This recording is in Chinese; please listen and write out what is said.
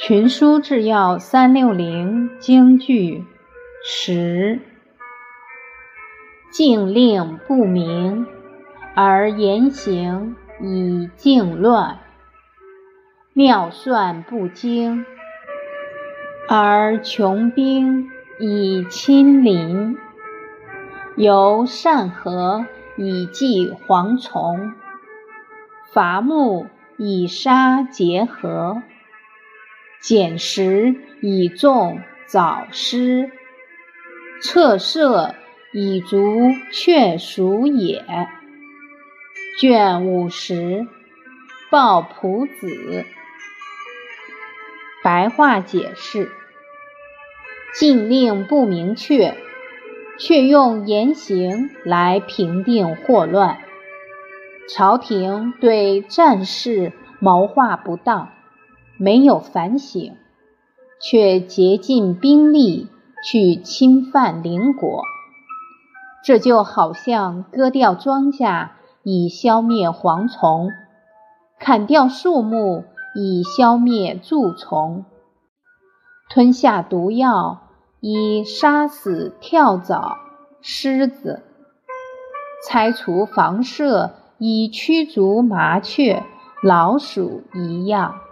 群书治要360京剧10。禁令不明，而严刑以静乱；妙算不精，而穷兵以亲邻。由善禾以济蝗虫，伐木以杀结核，捡石以种藻虱，侧射以逐雀鼠也。卷50鲍朴子。白话解释：禁令不明确，却用严刑来平定祸乱。朝廷对战事谋划不当，没有反省，却竭尽兵力去侵犯邻国，这就好像割掉庄稼以消灭蝗虫，砍掉树木以消灭蛀虫，吞下毒药以杀死跳蚤、虱子，拆除房舍以驱逐麻雀、老鼠一样。